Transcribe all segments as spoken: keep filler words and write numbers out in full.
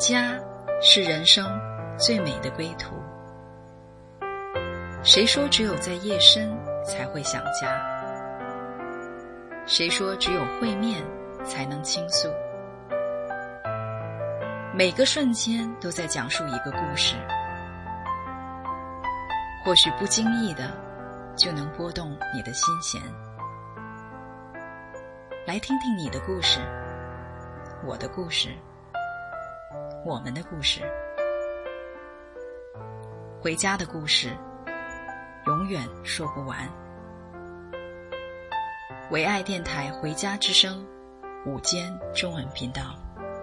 家是人生最美的归途。谁说只有在夜深才会想家？谁说只有会面才能倾诉？每个瞬间都在讲述一个故事，或许不经意的就能拨动你的心弦。来听听你的故事，我的故事，我们的故事，回家的故事永远说不完。唯爱电台回家之声午间中文频道。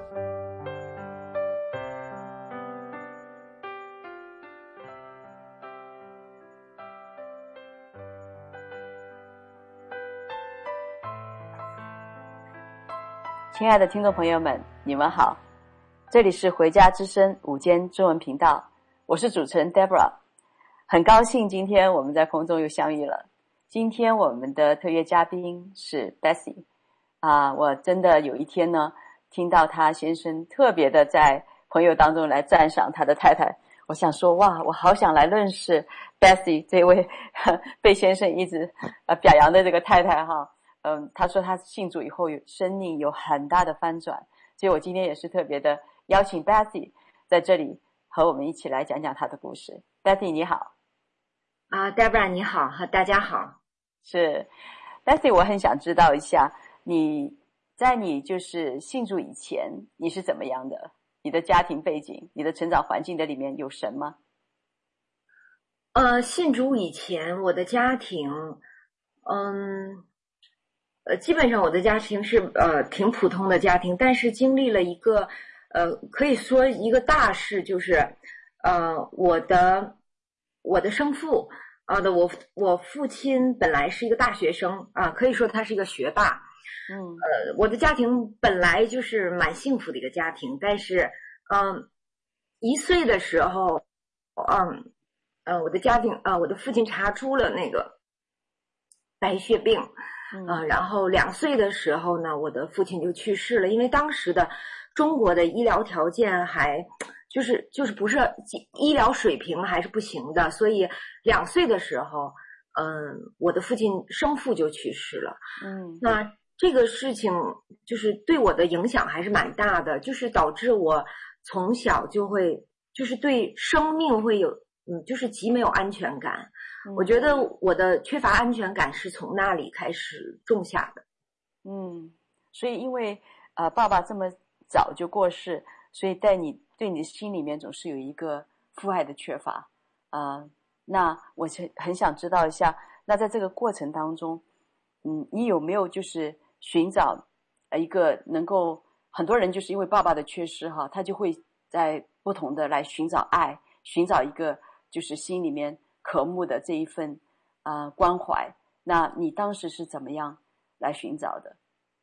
亲爱的听众朋友们，你们好，这里是回家之声午间中文频道，我是主持人 Deborah， 很高兴今天我们在空中又相遇了。今天我们的特约嘉宾是 Betsy 啊，我真的有一天呢，听到他先生特别的在朋友当中来赞赏他的太太，我想说哇，我好想来认识 Betsy 这位被先生一直呃表扬的这个太太哈。嗯，他说他信主以后有生命有很大的翻转，所以我今天也是特别的邀请 Betsy 在这里和我们一起来讲讲他的故事。Betsy 你好。 啊 Deborah 你好，和大家好。 是 Betsy， 我很想知道一下你在你就是信主以前你是怎么样的，你的家庭背景，你的成长环境的里面有神吗？ 呃，信主以前我的家庭嗯呃，基本上我的家庭是呃挺普通的家庭，但是经历了一个呃可以说一个大事，就是呃我的我的生父啊的我我父亲本来是一个大学生啊，可以说他是一个学霸。 嗯， 呃，我的家庭本来就是蛮幸福的一个家庭，但是嗯一岁的时候，嗯呃我的家庭啊、呃、我的父亲查出了那个白血病。 嗯、 呃，然后两岁的时候呢，我的父亲就去世了，因为当时的中国的医疗条件还就是就是不是医疗水平还是不行的，所以两岁的时候，嗯，我的父亲生父就去世了。 嗯， 那这个事情就是对我的影响还是蛮大的，就是导致我从小就会就是对生命会有嗯，就是极没有安全感。我觉得我的缺乏安全感是从那里开始种下的。 嗯，所以因为呃爸爸这么早就过世，所以在你对你的心里面总是有一个父爱的缺乏啊、呃。那我很想知道一下，那在这个过程当中，嗯，你有没有就是寻找呃一个能够，很多人就是因为爸爸的缺失哈，他就会在不同的来寻找爱，寻找一个就是心里面渴慕的这一份啊、呃、关怀。那你当时是怎么样来寻找的？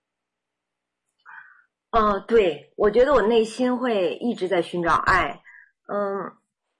嗯、呃，对，我觉得我内心会一直在寻找爱。嗯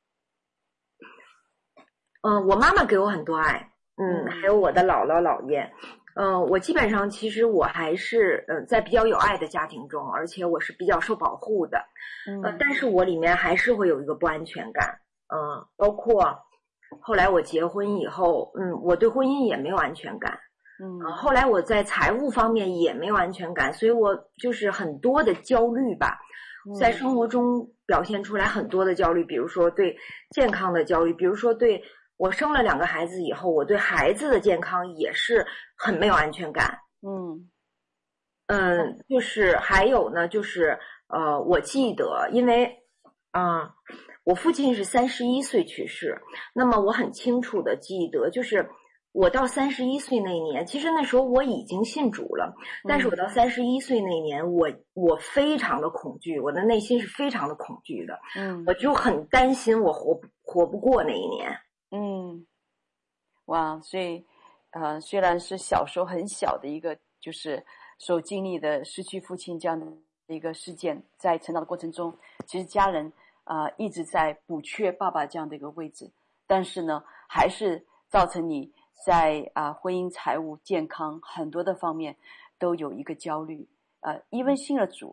嗯、呃，我妈妈给我很多爱，嗯，还有我的姥姥姥爷。嗯、呃，我基本上其实我还是呃在比较有爱的家庭中，而且我是比较受保护的。呃，但是我里面还是会有一个不安全感。嗯、呃，包括后来我结婚以后，嗯，我对婚姻也没有安全感。 嗯、 呃，后来我在财务方面也没有安全感，所以我就是很多的焦虑吧，在生活中表现出来很多的焦虑，比如说对健康的焦虑，比如说对我生了两个孩子以后，我对孩子的健康也是很没有安全感。 嗯嗯，就是还有呢，就是呃，我记得，因为啊、呃，我父亲是三十一岁去世，那么我很清楚的记得，就是我到三十一岁那年，其实那时候我已经信主了，但是我到三十一岁那年，我我非常的恐惧，我的内心是非常的恐惧的， 嗯， 我就很担心我活不活不过那一年。 嗯，哇，所以呃，虽然是小时候很小的一个就是所经历的失去父亲这样的一个事件，在成长的过程中，其实家人啊、呃、一直在补缺爸爸这样的一个位置，但是呢，还是造成你在啊、呃、婚姻、财务、健康很多的方面都有一个焦虑。呃，因为信了主，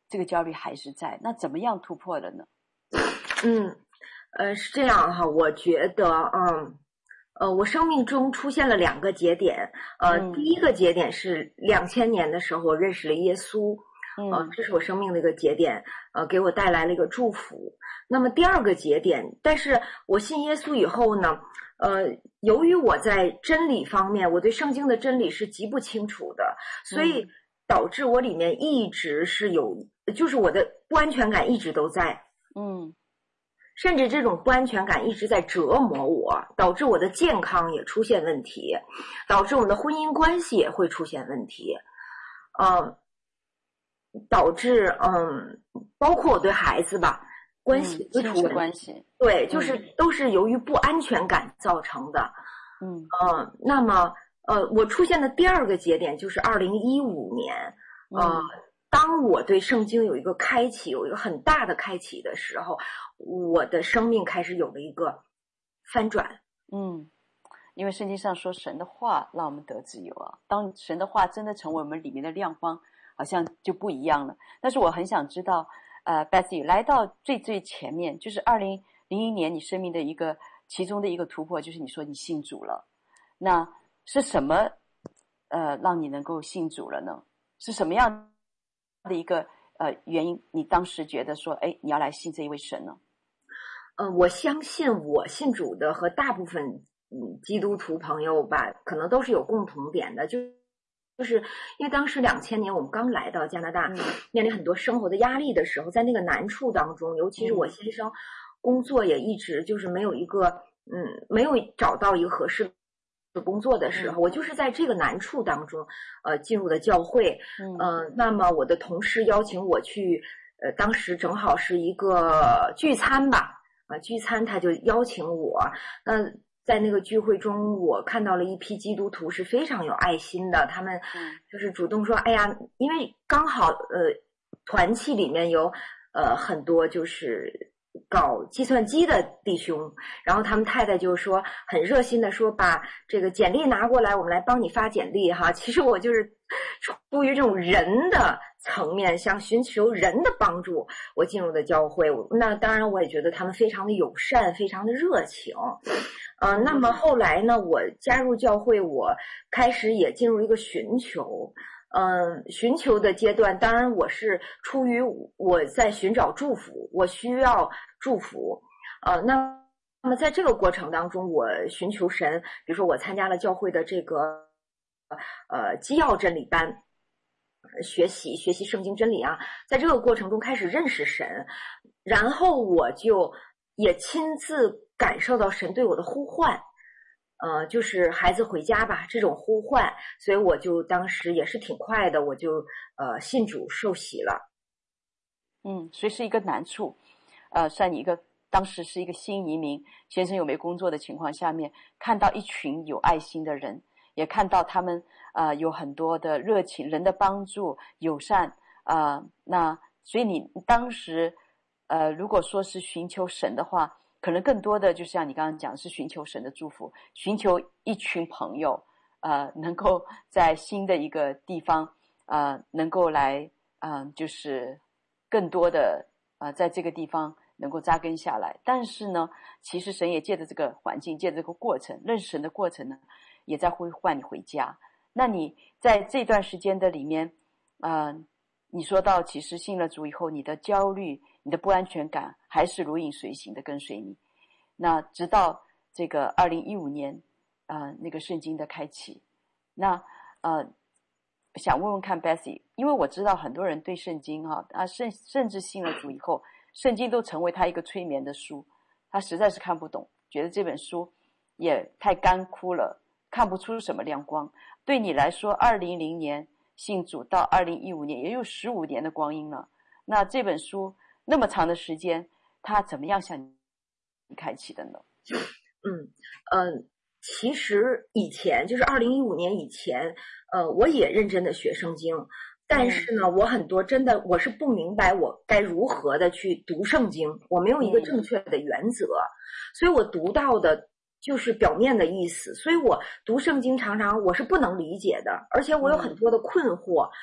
这个焦虑还是在，那怎么样突破的呢？ 嗯，呃，是这样哈，我觉得，嗯，呃，我生命中出现了两个节点，呃， 嗯、 第一个节点是两千年的时候，我认识了耶稣，呃， 嗯， 这是我生命的一个节点，呃，给我带来了一个祝福。那么第二个节点，但是我信耶稣以后呢，呃，由于我在真理方面，我对圣经的真理是极不清楚的，所以导致我里面一直是有，就是我的不安全感一直都在， 嗯。 甚至这种不安全感一直在折磨我，导致我的健康也出现问题，导致我们的婚姻关系也会出现问题，嗯，导致嗯，包括我对孩子吧，关系嗯，亲子关系， 对，就是都是由于不安全感造成的， 嗯呃，那么呃，我出现的第二个节点就是二零一五年，呃。 嗯当我对圣经有一个开启，有一个很大的开启的时候，我的生命开始有了一个翻转。 嗯，因为圣经上说神的话让我们得自由啊，当神的话真的成为我们里面的亮光，好像就不一样了。但是我很想知道，呃 Betsy 来到最最前面，就是二零零一年你生命的一个其中的一个突破，就是你说你信主了，那是什么呃让你能够信主了呢？是什么样的一个呃原因，你当时觉得说，哎，你要来信这一位神呢？ 呃，我相信我信主的和大部分嗯基督徒朋友吧，可能都是有共同点的，就就是因为当时两千年我们刚来到加拿大， 嗯、 面临很多生活的压力的时候，在那个难处当中，尤其是我先生工作也一直就是没有一个嗯没有找到一个合适的工作的时候， 嗯、 我就是在这个难处当中呃进入的教会， 嗯、 呃，那么我的同事邀请我去，呃，当时正好是一个聚餐吧。啊，聚餐他就邀请我，那在那个聚会中，我看到了一批基督徒是非常有爱心的，他们就是主动说，哎呀，因为刚好呃团契里面有呃很多就是搞计算机的弟兄，然后他们太太就说很热心的说，把这个简历拿过来，我们来帮你发简历哈。其实我就是出于这种人的层面，想寻求人的帮助，我进入的教会。那当然我也觉得他们非常的友善，非常的热情。呃，那么后来呢，我加入教会，我开始也进入一个寻求嗯，寻求的阶段，当然我是出于我在寻找祝福，我需要祝福，呃，那那么在这个过程当中，我寻求神，比如说我参加了教会的这个呃基要真理班，学习学习圣经真理啊，在这个过程中开始认识神，然后我就也亲自感受到神对我的呼唤。呃，就是孩子回家吧，这种呼唤，所以我就当时也是挺快的，我就呃信主受洗了。 嗯，所以是一个难处，呃，算你一个当时是一个新移民，先生有没工作的情况下面，看到一群有爱心的人，也看到他们呃有很多的热情，人的帮助、友善，呃，那所以你当时呃如果说是寻求神的话。可能更多的就像你刚刚讲，是寻求神的祝福，寻求一群朋友，呃，能够在新的一个地方，呃，能够来，嗯、呃，就是更多的，呃，在这个地方能够扎根下来。但是呢，其实神也借着这个环境，借着这个过程，认识神的过程呢，也在呼唤你回家。那你在这段时间的里面，呃，你说到其实信了主以后，你的焦虑。你的不安全感还是如影随形的跟随你，那直到这个二零一五年，呃，那个圣经的开启，那呃，想问问看 Betsy， 因为我知道很多人对圣经哈、啊，啊甚甚至信了主以后，圣经都成为他一个催眠的书，他实在是看不懂，觉得这本书也太干枯了，看不出什么亮光。对你来说，二零零年信主到二零一五年，也有十五年的光阴了，那这本书。那么长的时间，他怎么样向你开启的呢？ 嗯呃，其实以前就是二零一五年以前，呃，我也认真的学圣经，但是呢，我很多真的我是不明白我该如何的去读圣经，我没有一个正确的原则，嗯、所以我读到的就是表面的意思，所以我读圣经常常我是不能理解的，而且我有很多的困惑。嗯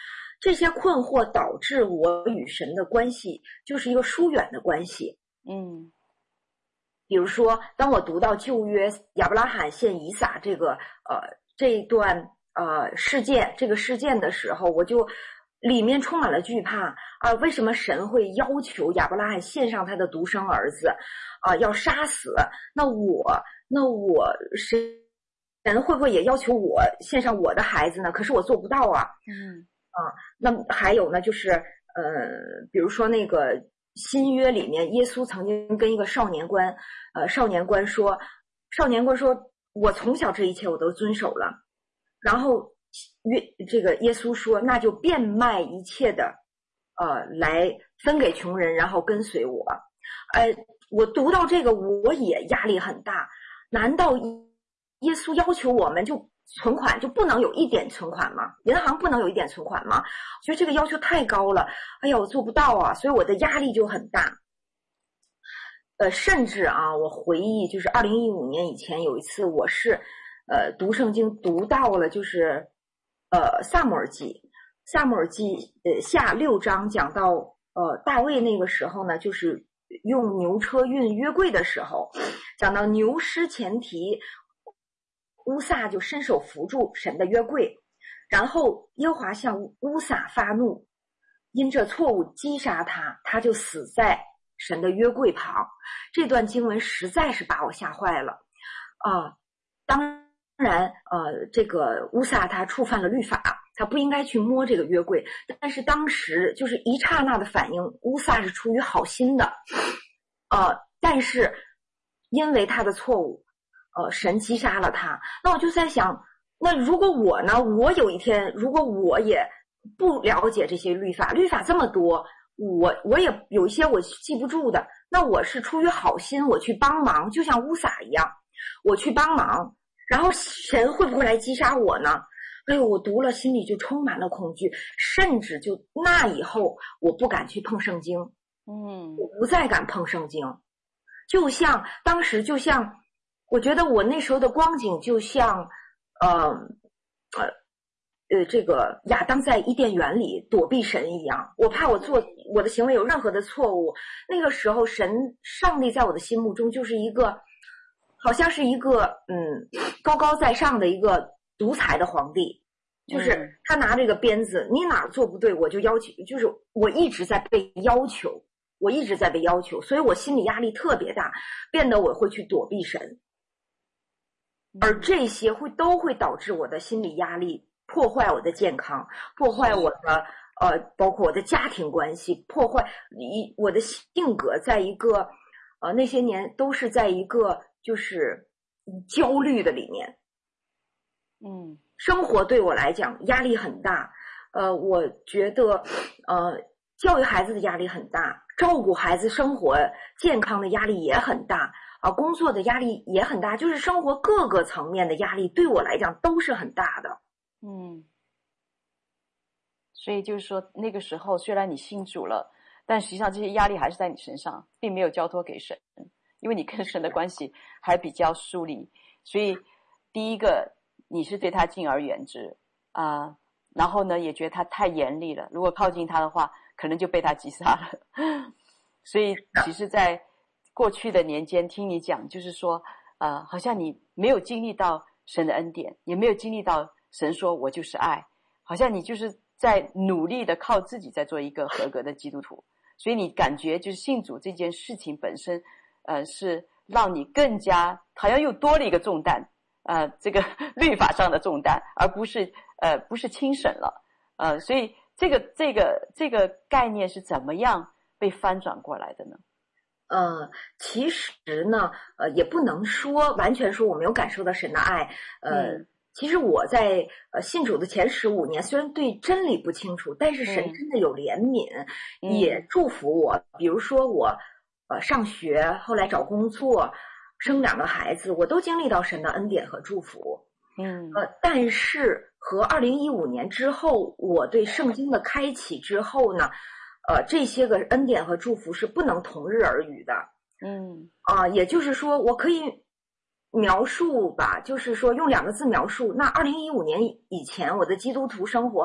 这些困惑导致我与神的关系就是一个疏远的关系。 嗯， 比如说，当我读到旧约亚伯拉罕献以撒这个呃这一段呃事件这个事件的时候，我就里面充满了惧怕啊！为什么神会要求亚伯拉罕献上他的独生儿子啊？要杀死？那我那我神神会不会也要求我献上我的孩子呢？可是我做不到啊！ 嗯啊，那还有呢，就是呃，比如说那个新约里面，耶稣曾经跟一个少年官，呃，少年官说，少年官说，我从小这一切我都遵守了，然后约这个耶稣说，那就变卖一切的，呃，来分给穷人，然后跟随我。呃，我读到这个，我也压力很大。难道耶稣要求我们就存款就不能有一点存款吗？银行不能有一点存款吗？我觉得这个要求太高了，哎呀，我做不到啊，所以我的压力就很大。呃，甚至啊，我回忆就是二零一五年以前有一次，我是呃读圣经读到了就是呃撒母耳记，撒母耳记呃下六章讲到呃大卫那个时候呢，就是用牛车运约柜的时候，讲到牛失前蹄，乌撒就伸手扶住神的约柜，然后耶和华向乌撒发怒，因这错误击杀他，他就死在神的约柜旁。这段经文实在是把我吓坏了啊、呃！当然，呃，这个乌撒他触犯了律法，他不应该去摸这个约柜，但是当时就是一刹那的反应，乌撒是出于好心的，呃，但是因为他的错误，呃，神击杀了他。那我就在想，那如果我呢，我有一天如果我也不了解这些律法，律法这么多，我我也有一些我记不住的，那我是出于好心我去帮忙，就像乌撒一样，我去帮忙，然后神会不会来击杀我呢？哎呦，我读了心里就充满了恐惧，甚至就那以后我不敢去碰圣经， 嗯， 我不再敢碰圣经。就像当时就像我觉得我那时候的光景就像呃呃呃这个亚当在伊甸园里躲避神一样，我怕我做我的行为有任何的错误。那个时候神上帝在我的心目中就是一个好像是一个嗯高高在上的一个独裁的皇帝，就是他拿这个鞭子，你哪儿做不对我就要求，就是我一直在被要求，我一直在被要求，所以我心理压力特别大，变得我会去躲避神，而这些会都会导致我的心理压力，破坏我的健康，破坏我的呃，包括我的家庭关系，破坏一我的性格，在一个呃那些年都是在一个就是焦虑的里面。 嗯， 生活对我来讲压力很大，呃，我觉得，呃，教育孩子的压力很大，照顾孩子生活健康的压力也很大，啊、呃，工作的压力也很大，就是生活各个层面的压力对我来讲都是很大的。 嗯，所以就是说，那个时候虽然你信主了，但实际上这些压力还是在你身上，并没有交托给神，因为你跟神的关系还比较疏离，所以第一个。你是对他敬而远之啊、呃，然后呢，也觉得他太严厉了，如果靠近他的话，可能就被他击杀了。所以，其实，在过去的年间听你讲，就是说，呃，好像你没有经历到神的恩典，也没有经历到神说我就是爱，好像你就是在努力的靠自己在做一个合格的基督徒，所以你感觉就是信主这件事情本身，呃，是让你更加好像又多了一个重担。呃，这个律法上的重担，而不是呃不是轻省了，呃，所以这个这个这个概念是怎么样被翻转过来的呢？ 呃，其实呢，呃，也不能说完全说我没有感受到神的爱，呃，嗯、其实我在呃信主的前十五年，虽然对真理不清楚，但是神真的有怜悯，嗯、也祝福我。比如说我呃上学，后来找工作。生两个孩子，我都经历到神的恩典和祝福。 嗯， 呃，但是和二零一五年之后，我对圣经的开启之后呢，呃，这些个恩典和祝福是不能同日而语的。 嗯， 啊、呃，也就是说，我可以描述吧，就是说用两个字描述。那二零一五年以前，我的基督徒生活，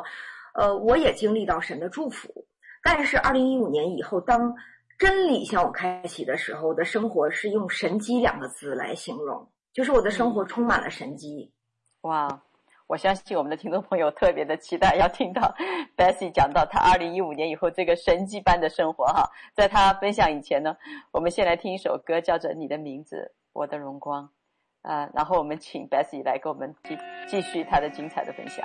呃，我也经历到神的祝福。但是二零一五年以后，当真理向我开启的时候，我的生活是用神迹两个字来形容，就是我的生活充满了神迹。 哇，我相信我们的听众朋友特别的期待要听到 Betsy 讲到她二零一五年以后这个神迹般的生活哈。在她分享以前呢，我们先来听一首歌，叫做《你的名字，我的荣光》啊、呃，然后我们请 Betsy 来给我们继继续她的精彩的分享。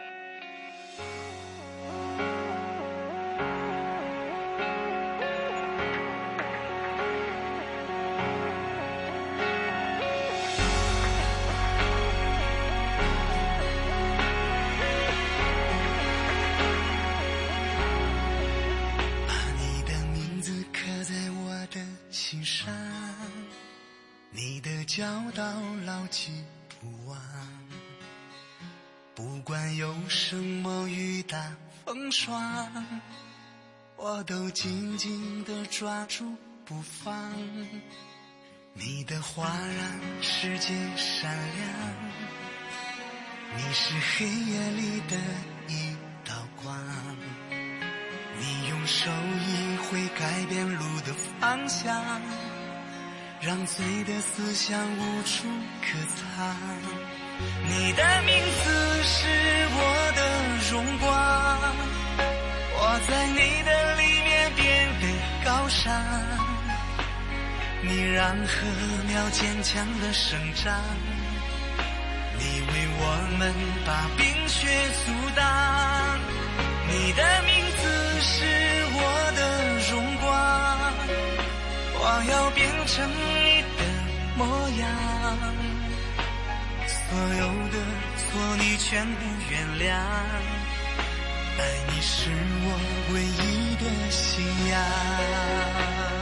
教导牢记不忘，不管有什么雨打风霜，我都紧紧地抓住不放。你的话让世界闪亮，你是黑夜里的一道光，你用手一挥改变路的方向，让罪的思想无处可藏。你的名字是我的荣光，我在你的里面变得高尚。你让禾苗坚强的生长，你为我们把冰雪阻挡。你的名字是我的荣光，我要变成你的模样，所有的错你全部原谅，爱你是我唯一的信仰。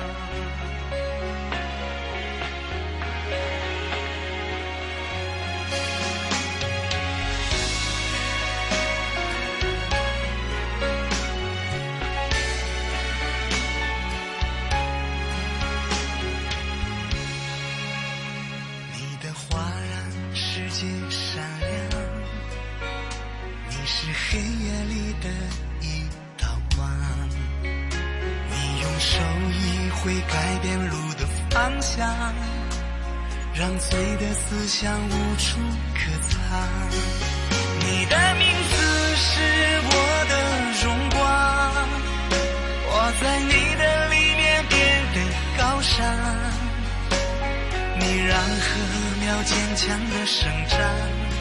黑夜里的一道光，你用手一挥改变路的方向，让罪的思想无处可藏。你的名字是我的荣光，我在你的里面变得高尚。你让禾苗坚强的生长，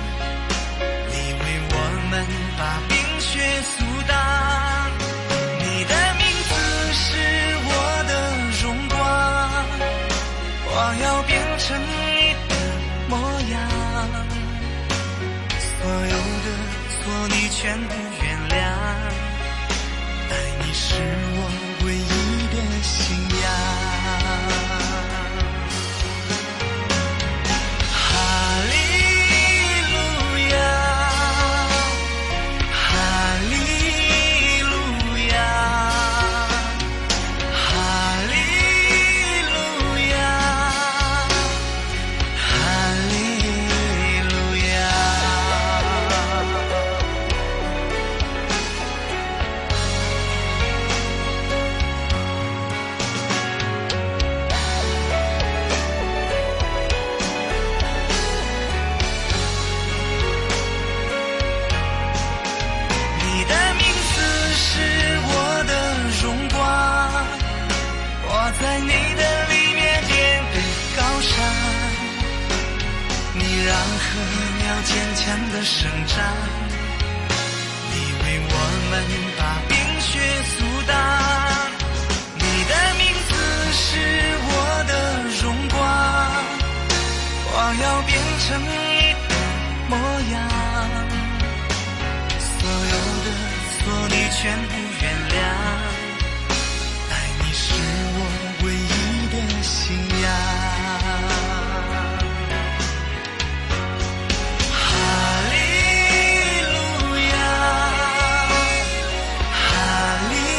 我们把冰雪阻挡。你的名字是我的荣光，我要变成你的模样，所有的错你全部原谅，爱你是我唯一的信仰。坚强的生长，你为我们把冰雪阻挡。你的名字是我的荣光，我要变成你的模样，所有的错你全部原谅，爱你是我唯一的信仰。哈利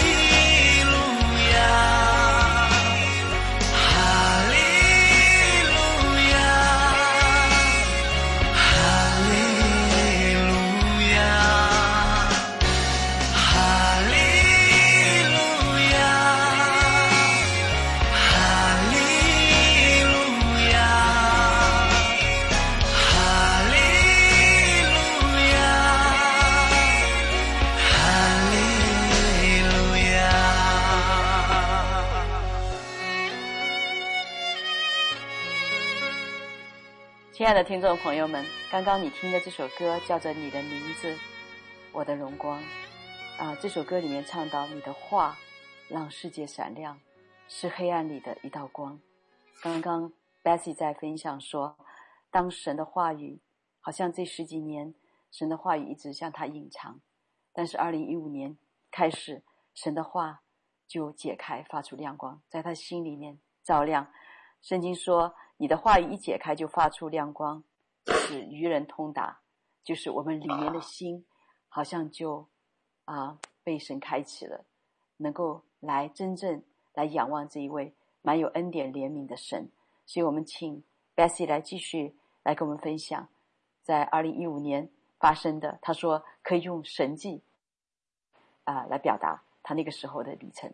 亲爱的听众朋友们，刚刚你听的这首歌叫做《你的名字，我的荣光》啊，这首歌里面唱到你的话让世界闪亮，是黑暗里的一道光。刚刚 Betsy 在分享说，当神的话语好像这十几年神的话语一直向他隐藏，但是二零一五年开始，神的话就解开，发出亮光，在他心里面照亮。圣经说，你的话语一解开就发出亮光，使愚人通达，就是我们里面的心好像就啊被神开启了，能够来真正来仰望这一位蛮有恩典怜悯的神。所以我们请 Betsy 来继续来跟我们分享在二零一五年发生的，他说可以用神迹啊来表达他那个时候的旅程。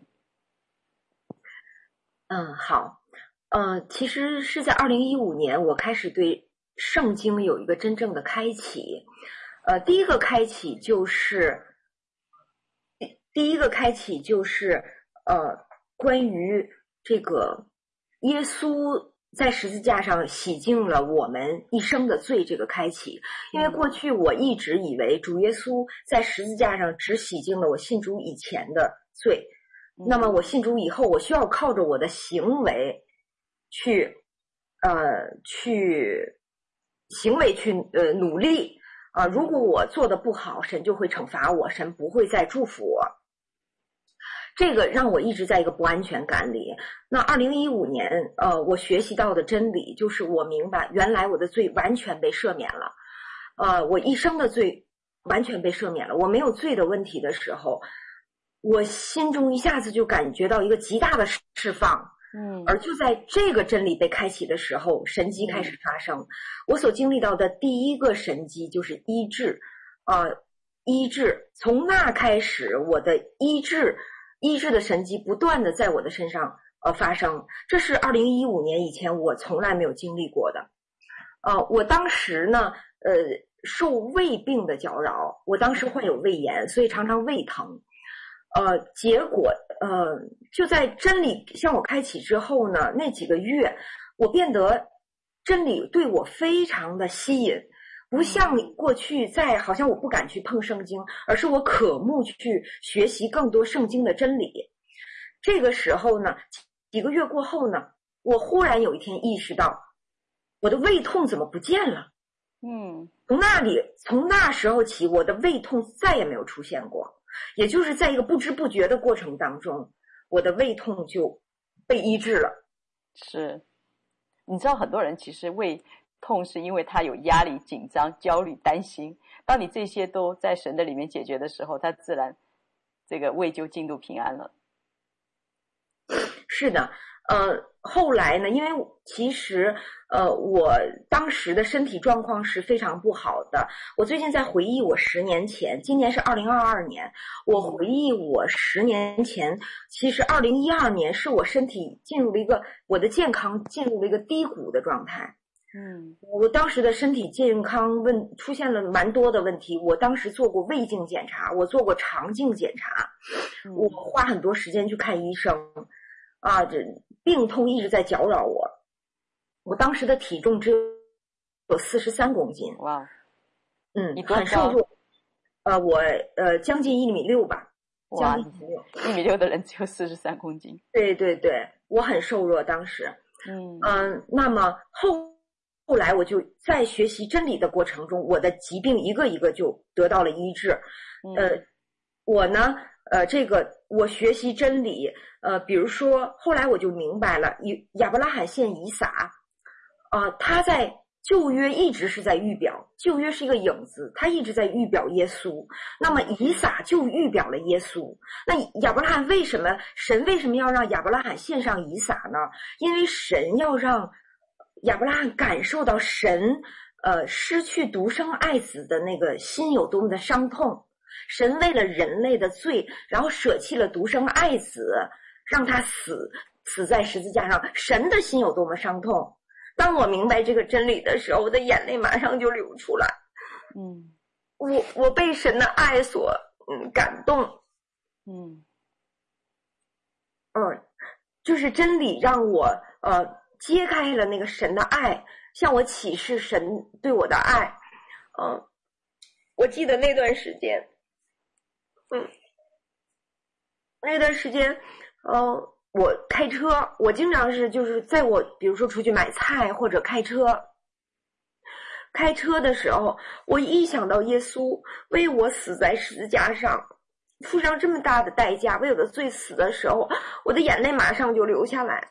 嗯，好。呃，其实是在二零一五年，我开始对圣经有一个真正的开启。呃，第一个开启就是第第一个开启就是呃，关于这个耶稣在十字架上洗净了我们一生的罪这个开启。因为过去我一直以为主耶稣在十字架上只洗净了我信主以前的罪，那么我信主以后，我需要靠着我的行为去呃去行为去呃努力啊、呃，如果我做的不好，神就会惩罚我，神不会再祝福我。这个让我一直在一个不安全感里。那二零一五年呃我学习到的真理就是我明白原来我的罪完全被赦免了，呃我一生的罪完全被赦免了。我没有罪的问题的时候，我心中一下子就感觉到一个极大的释放。嗯，而就在这个真理被开启的时候，神迹开始发生。嗯、我所经历到的第一个神迹就是医治，呃，医治。从那开始，我的医治，医治的神迹不断的在我的身上呃发生。这是二零一五年以前我从来没有经历过的。呃，我当时呢，呃，受胃病的搅扰，我当时患有胃炎，所以常常胃疼。呃，结果呃，就在真理向我开启之后呢，那几个月我变得真理对我非常的吸引，不像过去在好像我不敢去碰圣经，而是我渴慕去学习更多圣经的真理。这个时候呢，几个月过后呢，我忽然有一天意识到，我的胃痛怎么不见了？嗯，从那里从那时候起，我的胃痛再也没有出现过。也就是在一个不知不觉的过程当中，我的胃痛就被医治了。 是，你知道很多人其实胃痛是因为他有压力、紧张、焦虑、担心。当你这些都在神的里面解决的时候，他自然这个胃就进入平安了。 是的，呃，后来呢，因为其实呃，我当时的身体状况是非常不好的。我最近在回忆我十年前，今年是二零二二年，我回忆我十年前，其实二零一二年是我身体进入了一个我的健康进入了一个低谷的状态。嗯，我当时的身体健康问出现了蛮多的问题。我当时做过胃镜检查，我做过肠镜检查，我花很多时间去看医生。啊，这病痛一直在搅扰我。我当时的体重只有四十三公斤。哇，嗯，很瘦弱。呃，我呃将近一米六吧，将近一米六。 一米六的人只有四十三公斤。 对对对，我很瘦弱当时。嗯嗯、呃，那么后后来我就在学习真理的过程中，我的疾病一个一个就得到了医治。嗯、呃，我呢。呃，这个我学习真理，呃，比如说后来我就明白了，以亚伯拉罕献以撒，啊、呃，他在旧约一直是在预表，旧约是一个影子，他一直在预表耶稣，那么以撒就预表了耶稣。那亚伯拉罕为什么神为什么要让亚伯拉罕献上以撒呢？因为神要让亚伯拉罕感受到神呃失去独生爱子的那个心有多么的伤痛。神为了人类的罪，然后舍弃了独生爱子，让他死死在十字架上，神的心有多么伤痛。当我明白这个真理的时候，我的眼泪马上就流出来。嗯，我我被神的爱所嗯感动。嗯嗯，就是真理让我呃揭开了那个神的爱， 向我启示神对我的爱。嗯，我记得那段时间，嗯，那段时间，呃，我开车，我经常是就是在我比如说出去买菜或者开车，开车的时候，我一想到耶稣为我死在十字架上，付上这么大的代价，为我的罪死的时候，我的眼泪马上就流下来。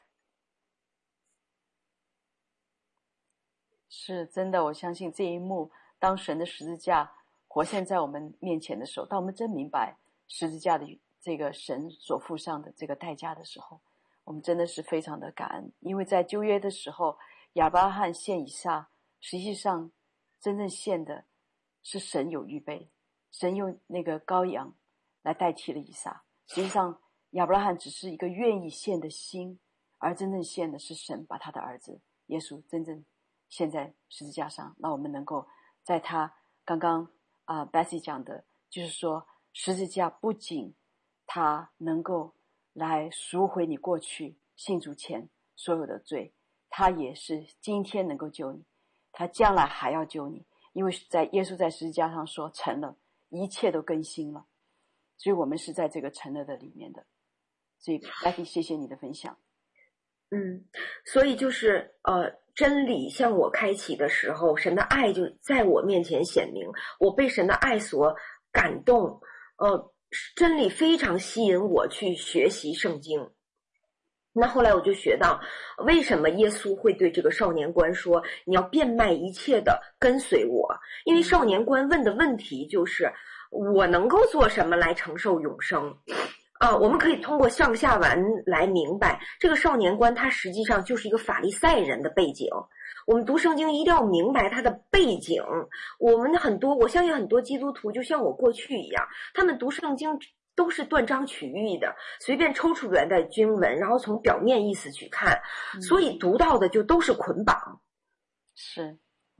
是真的，我相信这一幕，当神的十字架活现在我们面前的时候，当我们真明白十字架的这个神所付上的这个代价的时候，我们真的是非常的感恩。因为在旧约的时候，亚伯拉罕献以撒，实际上真正献的是神有预备，神用那个羔羊来代替了以撒。实际上亚伯拉罕只是一个愿意献的心，而真正献的是神把他的儿子耶稣真正献在十字架上，让我们能够在他刚刚啊、呃、Betsy 讲的，就是说十字架不仅他能够来赎回你过去信主前所有的罪，他也是今天能够救你，他将来还要救你，因为在耶稣在十字架上说成了，一切都更新了，所以我们是在这个成了的里面的。所以 Betsy 谢谢你的分享。 嗯，所以就是呃，真理向我开启的时候，神的爱就在我面前显明，我被神的爱所感动，呃，真理非常吸引我去学习圣经。那后来我就学到，为什么耶稣会对这个少年官说，你要变卖一切的跟随我？因为少年官问的问题就是，我能够做什么来承受永生？啊，我们可以通过上下文来明白，这个少年官他实际上就是一个法利赛人的背景。我们读圣经一定要明白他的背景。我们很多，我相信很多基督徒就像我过去一样，他们读圣经都是断章取义的，随便抽出来的经文，然后从表面意思去看，所以读到的就都是捆绑。 是。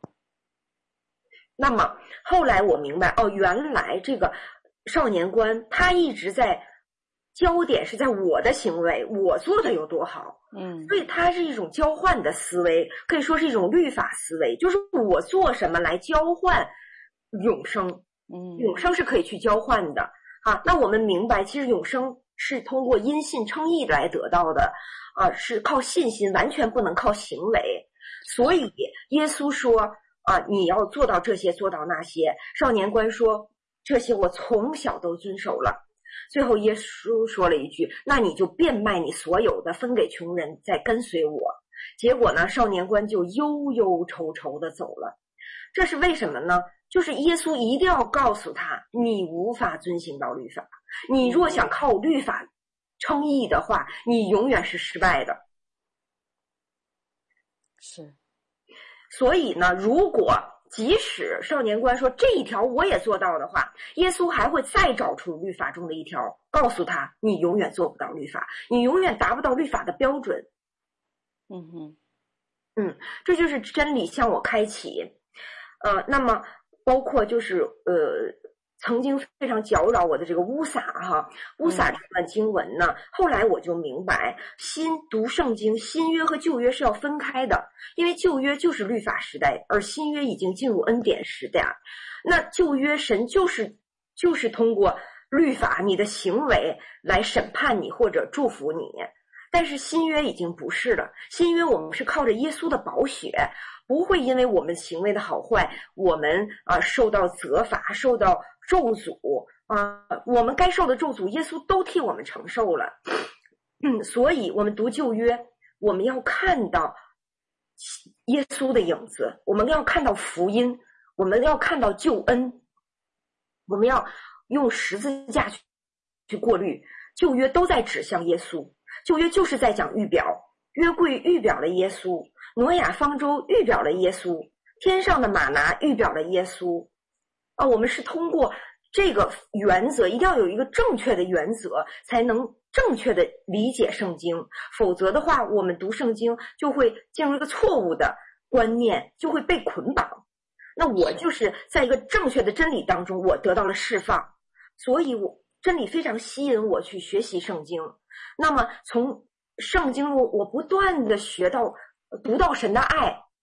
那么后来我明白，哦，原来这个少年官他一直在焦点是在我的行为，我做的有多好， 嗯， 所以它是一种交换的思维，可以说是一种律法思维，就是我做什么来交换永生， 嗯， 永生是可以去交换的啊。那我们明白，其实永生是通过因信称义来得到的啊，是靠信心，完全不能靠行为。所以耶稣说啊，你要做到这些，做到那些。少年官说，这些我从小都遵守了。最后耶稣说了一句，那你就变卖你所有的，分给穷人，再跟随我。结果呢，少年官就忧忧愁愁的走了。这是为什么呢？就是耶稣一定要告诉他，你无法遵行到律法，你若想靠律法称义的话，你永远是失败的。 是。 所以呢，如果即使少年官说这一条我也做到的话，耶稣还会再找出律法中的一条，告诉他你永远做不到律法，你永远达不到律法的标准。 嗯哼， 嗯，这就是真理向我开启。呃，那么包括就是呃，曾经非常搅扰我的这个乌撒哈，乌撒这段经文呢，后来我就明白，新读圣经，新约和旧约是要分开的，因为旧约就是律法时代，而新约已经进入恩典时代。那旧约神就是就是通过律法，你的行为来审判你或者祝福你，但是新约已经不是了，新约我们是靠着耶稣的宝血，不会因为我们行为的好坏，我们啊、呃、受到责罚，受到咒诅啊、呃，我们该受的咒诅，耶稣都替我们承受了。嗯，所以我们读旧约，我们要看到耶稣的影子，我们要看到福音，我们要看到救恩，我们要用十字架去去过滤。旧约都在指向耶稣，旧约就是在讲预表，约柜预表了耶稣，挪亚方舟预表了耶稣，天上的玛拿预表了耶稣啊，我们是通过这个原则，一定要有一个正确的原则，才能正确的理解圣经，否则的话，我们读圣经就会进入一个错误的观念，就会被捆绑。那我就是在一个正确的真理当中，我得到了释放，所以我真理非常吸引我去学习圣经。那么从圣经中，我不断的学到读到神的爱，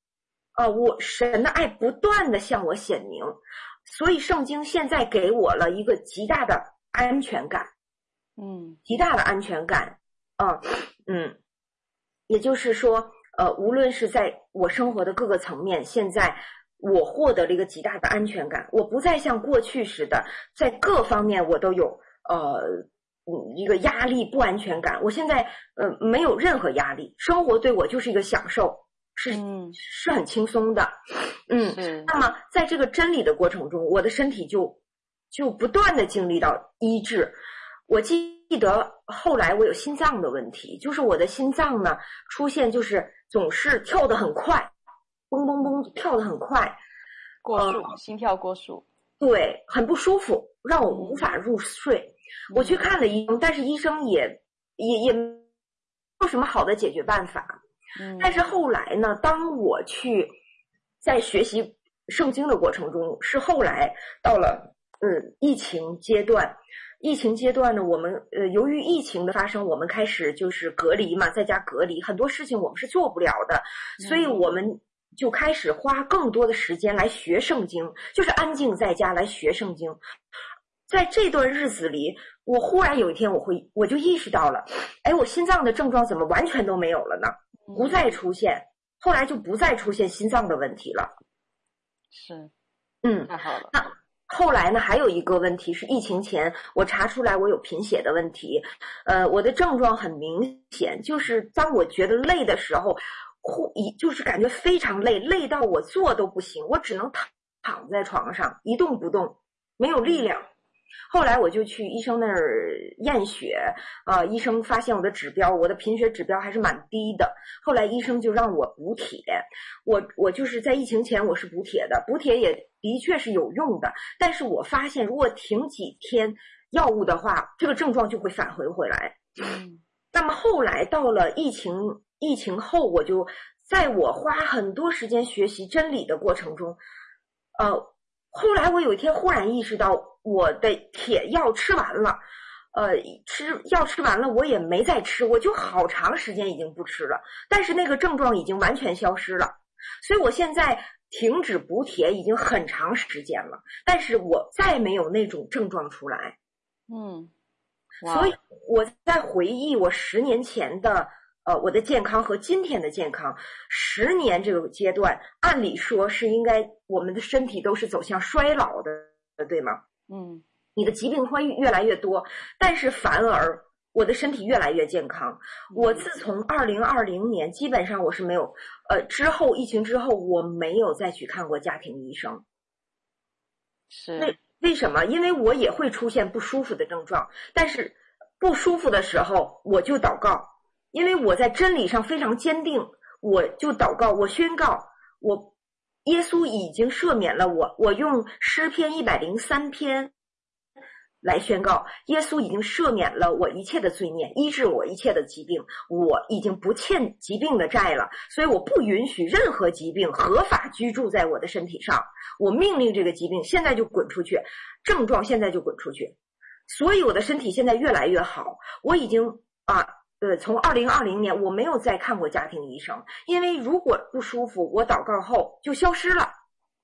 呃，我神的爱不断的向我显明，所以圣经现在给我了一个极大的安全感， 嗯， 极大的安全感，啊、呃，嗯，也就是说，呃，无论是在我生活的各个层面，现在我获得了一个极大的安全感，我不再像过去似的，在各方面我都有呃嗯一个压力不安全感。我现在呃没有任何压力，生活对我就是一个享受，是、 嗯、 是很轻松的。嗯， 是。 那么在这个真理的过程中，我的身体就就不断的经历到医治。我记得后来我有心脏的问题，就是我的心脏呢出现就是总是跳得很快，嘣嘣嘣跳得很快， 过速、呃、心跳过速， 对，很不舒服，让我无法入睡。嗯、我去看了医生，但是医生也也也没有什么好的解决办法。嗯，但是后来呢，当我去在学习圣经的过程中，是后来到了嗯疫情阶段。疫情阶段呢，我们呃由于疫情的发生，我们开始就是隔离嘛，在家隔离，很多事情我们是做不了的，所以我们就开始花更多的时间来学圣经，就是安静在家来学圣经。在这段日子里，我忽然有一天我会我就意识到了，哎，我心脏的症状怎么完全都没有了呢？不再出现，后来就不再出现心脏的问题了。 是， 嗯， 太好了。 那后来呢，还有一个问题是疫情前我查出来我有贫血的问题，呃，我的症状很明显，就是当我觉得累的时候，忽一就是感觉非常累，累到我坐都不行，我只能躺躺在床上一动不动，没有力量。后来我就去医生那儿验血，呃，医生发现我的指标，我的贫血指标还是蛮低的。后来医生就让我补铁，我我就是在疫情前我是补铁的，补铁也的确是有用的，但是我发现如果停几天药物的话，这个症状就会返回回来。 嗯， 那么后来到了疫情疫情后，我就在我花很多时间学习真理的过程中，呃。后来我有一天忽然意识到，我的铁药吃完了，呃，吃药吃完了，我也没再吃，我就好长时间已经不吃了，但是那个症状已经完全消失了，所以我现在停止补铁已经很长时间了，但是我再没有那种症状出来。 嗯， 所以我在回忆我十年前的。呃，我的健康和今天的健康，十年这个阶段，按理说是应该我们的身体都是走向衰老的，对吗？ 嗯， 你的疾病会越来越多，但是反而我的身体越来越健康。我自从二零二零年，基本上我是没有，呃，之后疫情之后，我没有再去看过家庭医生。 是为为什么？因为我也会出现不舒服的症状，但是不舒服的时候我就祷告。因为我在真理上非常坚定，我就祷告，我宣告，我耶稣已经赦免了我，我用诗篇一百零三篇来宣告，耶稣已经赦免了我一切的罪孽，医治我一切的疾病，我已经不欠疾病的债了，所以我不允许任何疾病合法居住在我的身体上，我命令这个疾病现在就滚出去，症状现在就滚出去，所以我的身体现在越来越好，我已经啊。呃，从二零二零年我没有再看过家庭医生，因为如果不舒服，我祷告后就消失了，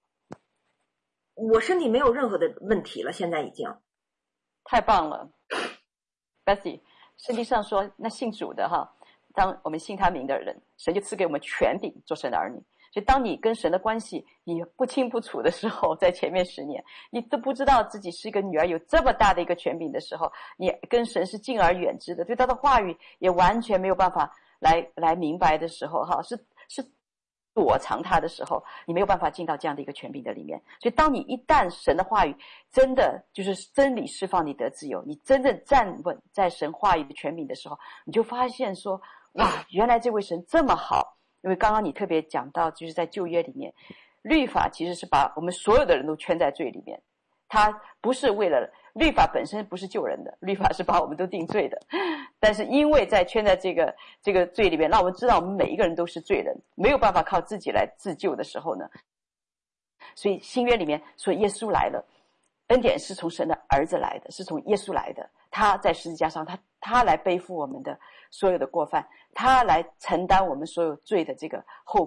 我身体没有任何的问题了，现在已经。 太棒了 ，Betsy， 圣经上说，那信主的哈，当我们信他名的人，神就赐给我们权柄做神的儿女。所以当你跟神的关系你不清不楚的时候，在前面十年你都不知道自己是一个女儿有这么大的一个权柄的时候，你跟神是敬而远之的，对他的话语也完全没有办法来来明白的时候哈，是是躲藏他的时候，你没有办法进到这样的一个权柄的里面。所以当你一旦神的话语真的就是真理释放你的自由，你真正站稳在神话语的权柄的时候，你就发现说，哇，原来这位神这么好。因为刚刚你特别讲到，就是在旧约里面，律法其实是把我们所有的人都圈在罪里面，它不是为了，律法本身不是救人的，律法是把我们都定罪的，但是因为在圈在这个这个罪里面，让我们知道我们每一个人都是罪人，没有办法靠自己来自救的时候呢，所以新约里面说耶稣来了，恩典是从神的儿子来的，是从耶稣来的，他在十字架上，他他来背负我们的所有的过犯，他来承担我们所有罪的这个后果，我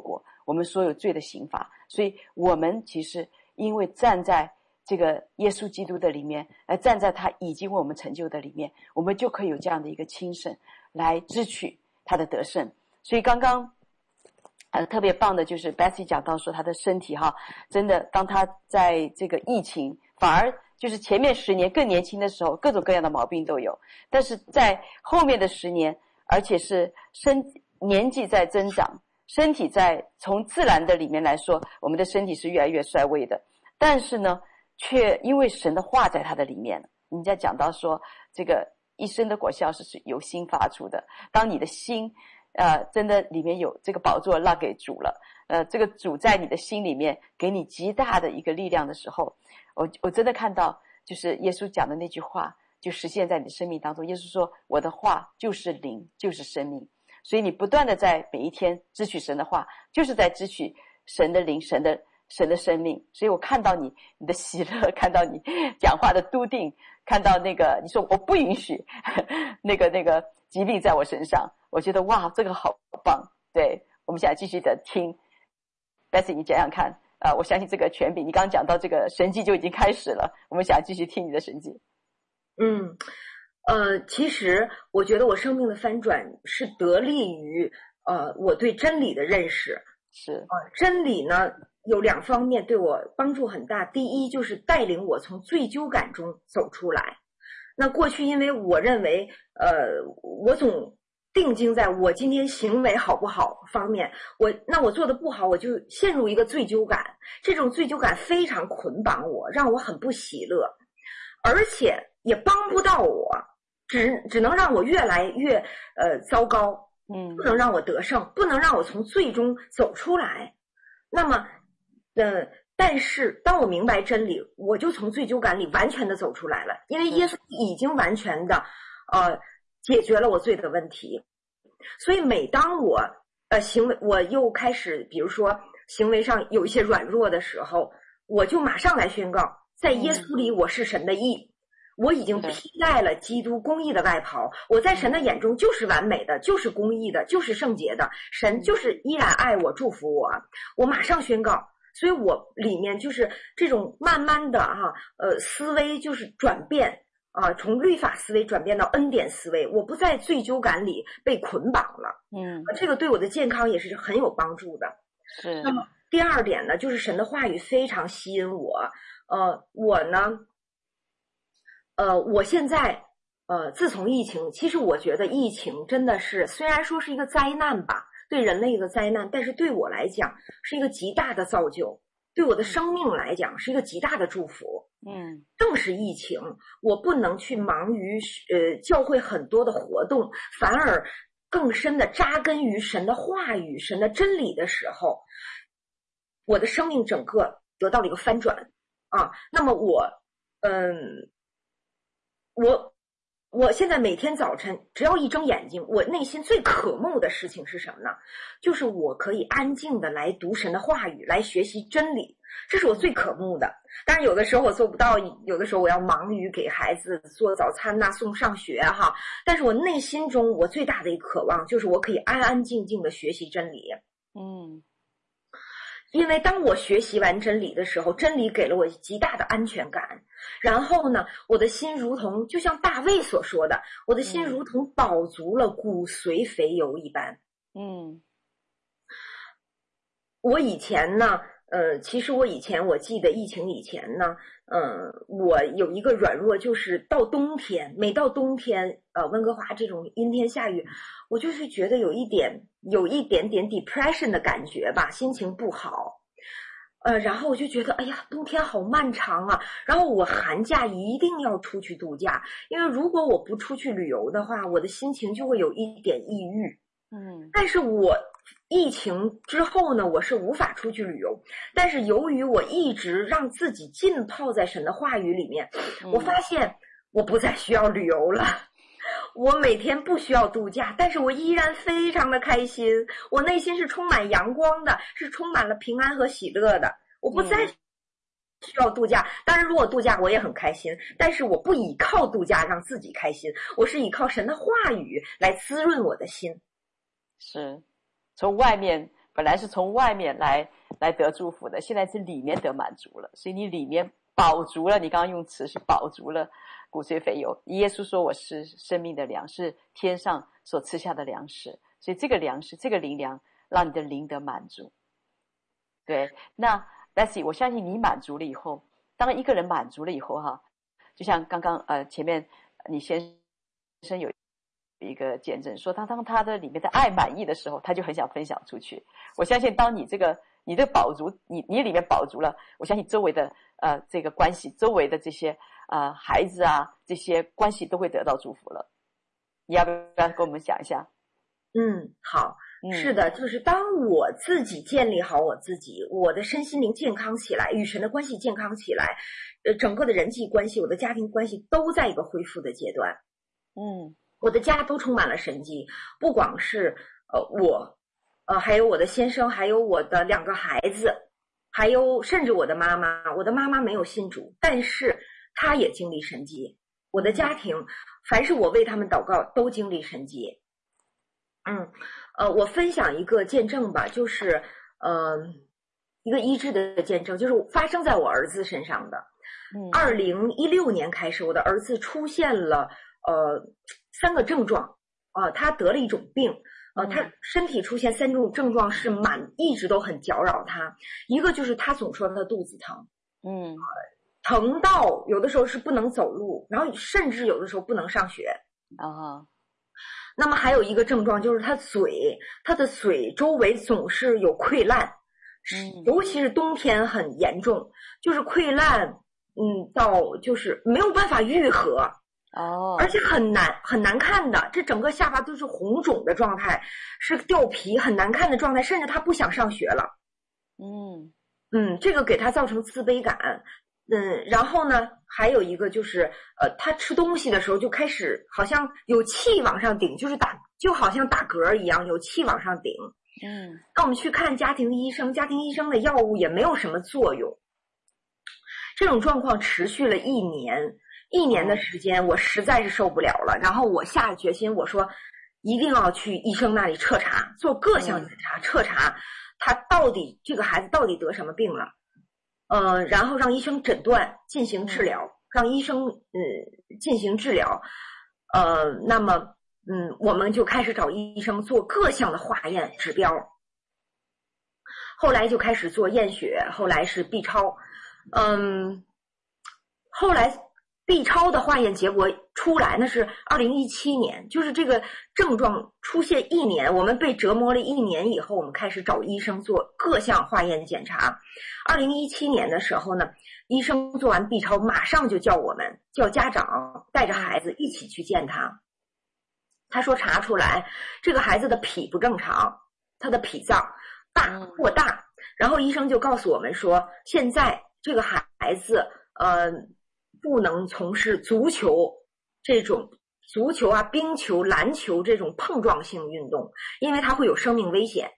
我们所有罪的刑罚。所以我们其实因为站在这个耶稣基督的里面，来站在他已经为我们成就的里面，我们就可以有这样的一个轻省来支取他的得胜。所以刚刚呃特别棒的就是 Betsy 讲到说他的身体哈，真的当他在这个疫情，反而就是前面十年更年轻的时候各种各样的毛病都有，但是在后面的十年，而且是身年纪在增长，身体在从自然的里面来说，我们的身体是越来越衰微的，但是呢却因为神的话在他的里面。人家讲到说这个一生的果效是由心发出的，当你的心呃真的里面有这个宝座让给主了，呃这个主在你的心里面给你极大的一个力量的时候，我我真的看到就是耶稣讲的那句话就实现在你的生命当中。耶稣说我的话就是灵就是生命，所以你不断的在每一天支取神的话，就是在支取神的灵神的神的生命。所以我看到你你的喜乐，看到你讲话的笃定，看到那个你说我不允许那个那个疾病在我身上，我觉得哇这个好棒。对，我们现在继续的听 Betsy 你讲讲看呃，我相信这个权柄，你刚刚讲到这个神迹就已经开始了，我们想继续听你的神迹。 嗯呃，其实我觉得我生命的翻转是得力于呃我对真理的认识。 是呃，真理呢有两方面对我帮助很大。第一就是带领我从罪疚感中走出来。那过去因为我认为呃我总定睛在我今天行为好不好方面，我那我做的不好我就陷入一个罪疚感，这种罪疚感非常捆绑我，让我很不喜乐，而且也帮不到我，只只能让我越来越呃糟糕，嗯，不能让我得胜，不能让我从罪中走出来。那么呃但是当我明白真理，我就从罪疚感里完全的走出来了，因为耶稣已经完全的呃解决了我罪的问题。所以每当我呃行为我又开始比如说行为上有一些软弱的时候，我就马上来宣告，在耶稣里我是神的义，我已经披戴了基督公义的外袍，我在神的眼中就是完美的，就是公义的，就是圣洁的，神就是依然爱我祝福我，我马上宣告。所以我里面就是这种慢慢的哈、啊、呃思维就是转变啊，从律法思维转变到恩典思维，我不在罪疚感里被捆绑了。嗯，这个对我的健康也是很有帮助的。 是。 那么第二点呢，就是神的话语非常吸引我。呃，我呢，呃，我现在呃，自从疫情，其实我觉得疫情真的是虽然说是一个灾难吧，对人类一个灾难，但是对我来讲是一个极大的造就，对我的生命来讲是一个极大的祝福。嗯，正是疫情，我不能去忙于呃教会很多的活动，反而更深的扎根于神的话语、神的真理的时候，我的生命整个得到了一个翻转啊。那么我，嗯，我。我现在每天早晨只要一睁眼睛，我内心最渴慕的事情是什么呢？就是我可以安静的来读神的话语，来学习真理，这是我最渴慕的。当然有的时候我做不到，有的时候我要忙于给孩子做早餐呐、啊、送上学哈。但是我内心中我最大的一个渴望就是我可以安安静静的学习真理。嗯。因为当我学习完真理的时候，真理给了我极大的安全感。然后呢，我的心如同就像大卫所说的，我的心如同饱足了骨髓肥油一般。嗯，我以前呢，呃，其实我以前我记得疫情以前呢，呃，我有一个软弱，就是到冬天，每到冬天，呃，温哥华这种阴天下雨，我就是觉得有一点有一点点 depression 的感觉吧，心情不好。呃，然后我就觉得，哎呀，冬天好漫长啊！然后我寒假一定要出去度假，因为如果我不出去旅游的话，我的心情就会有一点抑郁。嗯，但是我疫情之后呢，我是无法出去旅游，但是由于我一直让自己浸泡在神的话语里面，我发现我不再需要旅游了。我每天不需要度假，但是我依然非常的开心，我内心是充满阳光的，是充满了平安和喜乐的。我不再需要度假，当然如果度假我也很开心，但是我不依靠度假让自己开心，我是依靠神的话语来滋润我的心。 是从外面本来是从外面来来得祝福的，现在是里面得满足了，所以你里面饱足了，你刚刚用词是饱足了骨髓肥油。耶稣说我是生命的粮，是天上所吃下的粮食，所以这个粮食，这个灵粮让你的灵得满足。对，那 Betsy 我相信你满足了以后，当一个人满足了以后哈，就像刚刚呃前面你先生有一个见证说，他当他的里面的爱满意的时候，他就很想分享出去。我相信当你这个你的饱足，你你里面饱足了，我相信周围的呃这个关系，周围的这些呃孩子啊，这些关系都会得到祝福了。你要不要跟我们讲一下？ 嗯，好， 嗯、 是的，就是当我自己建立好我自己，我的身心灵健康起来，与神的关系健康起来，呃，整个的人际关系，我的家庭关系都在一个恢复的阶段。 嗯， 我的家都充满了神迹，不光是呃我，呃还有我的先生，还有我的两个孩子，还有甚至我的妈妈。我的妈妈没有信主，但是她也经历神迹。我的家庭，凡是我为他们祷告，都经历神迹。嗯，呃，我分享一个见证吧，就是呃一个医治的见证，就是发生在我儿子身上的。 嗯， 二零一六年开始，我的儿子出现了呃三个症状，呃，他得了一种病，呃，他身体出现三种症状是满一直都很搅扰他。一个就是他总说他肚子疼， 嗯， 疼到有的时候是不能走路，然后甚至有的时候不能上学。 啊， 那么还有一个症状就是他嘴，他的嘴周围总是有溃烂， 嗯， 尤其是冬天很严重，就是溃烂，嗯，到就是没有办法愈合， 哦， 而且很难很难看的，这整个下巴都是红肿的状态，是掉皮很难看的状态，甚至他不想上学了。 嗯嗯，这个给他造成自卑感。嗯，然后呢，还有一个就是，呃，他吃东西的时候就开始好像有气往上顶，就是打，就好像打嗝一样，有气往上顶。 嗯， 那我们去看家庭医生，家庭医生的药物也没有什么作用。这种状况持续了一年，一年的时间，我实在是受不了了。然后我下了决心，我说一定要去医生那里彻查，做各项检查，彻查他到底这个孩子到底得什么病了。呃，然后让医生诊断，进行治疗，让医生嗯进行治疗。呃，那么嗯，我们就开始找医生做各项的化验指标。后来就开始做验血，后来是 B 超，嗯，后来 B 超的化验结果出来，那是二零一七年，就是这个症状出现一年，我们被折磨了一年以后，我们开始找医生做各项化验检查。二零一七年的时候呢，医生做完 B 超，马上就叫我们，叫家长带着孩子一起去见他。他说查出来这个孩子的脾不正常，他的脾脏大过大，然后医生就告诉我们说，现在这个孩子呃不能从事足球这种足球啊、冰球、篮球这种碰撞性运动，因为它会有生命危险。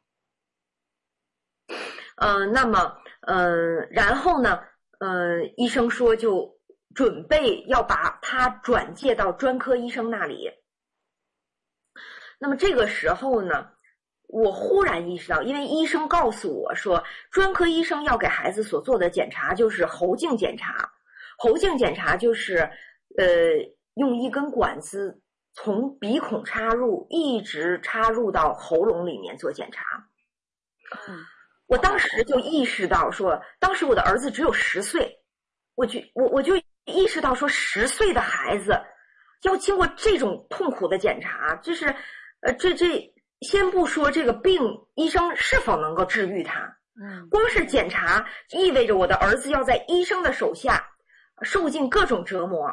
呃，那么呃，然后呢，呃，医生说就准备要把他转介到专科医生那里。那么这个时候呢，我忽然意识到，因为医生告诉我说，专科医生要给孩子所做的检查就是喉镜检查。喉镜检查就是，呃，用一根管子从鼻孔插入，一直插入到喉咙里面做检查。 嗯， 我当时就意识到说，当时我的儿子只有十岁，我就我我就意识到说，十岁的孩子要经过这种痛苦的检查，就是呃，这这先不说这个病医生是否能够治愈他， 嗯， 光是检查意味着我的儿子要在医生的手下受尽各种折磨。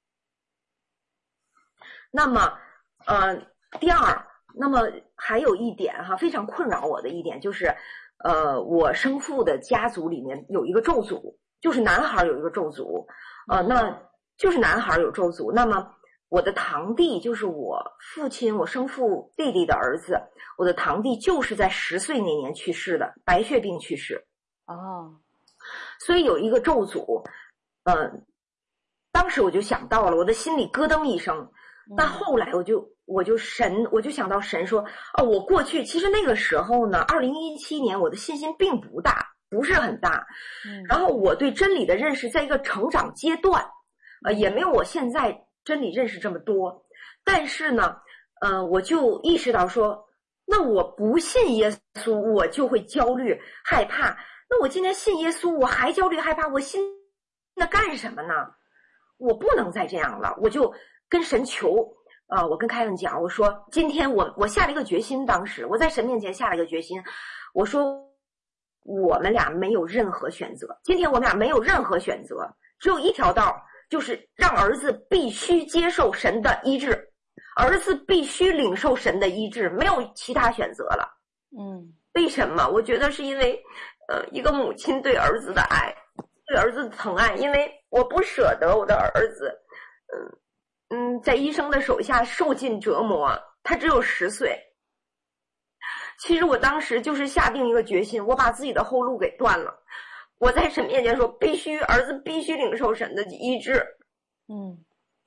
那么呃第二，那么还有一点哈，非常困扰我的一点就是呃我生父的家族里面有一个咒诅，就是男孩有一个咒诅，呃那就是男孩有咒诅。那么我的堂弟，就是我父亲我生父弟弟的儿子，我的堂弟就是在十岁那年去世的，白血病去世。 哦， 所以有一个咒诅。呃，当时我就想到了，我的心里咯噔一声， 那后来我就我就神我就想到神说，哦，我过去其实那个时候呢，二零一七年我的信心并不大，不是很大， 嗯， 然后我对真理的认识在一个成长阶段，呃，也没有我现在真理认识这么多，但是呢，呃，我就意识到说，那我不信耶稣，我就会焦虑害怕。那我今天信耶稣，我还焦虑害怕，我信那干什么呢？我不能再这样了，我就跟神求啊、呃！我跟凯文讲，我说今天我我下了一个决心，当时我在神面前下了一个决心，我说我们俩没有任何选择，今天我们俩没有任何选择，只有一条道，就是让儿子必须接受神的医治，儿子必须领受神的医治，没有其他选择了。 嗯， 为什么？我觉得是因为呃，一个母亲对儿子的爱，对儿子的疼爱，因为我不舍得我的儿子，嗯嗯，在医生的手下受尽折磨，他只有十岁。其实我当时就是下定一个决心，我把自己的后路给断了。我在神面前说，必须儿子必须领受神的医治。 嗯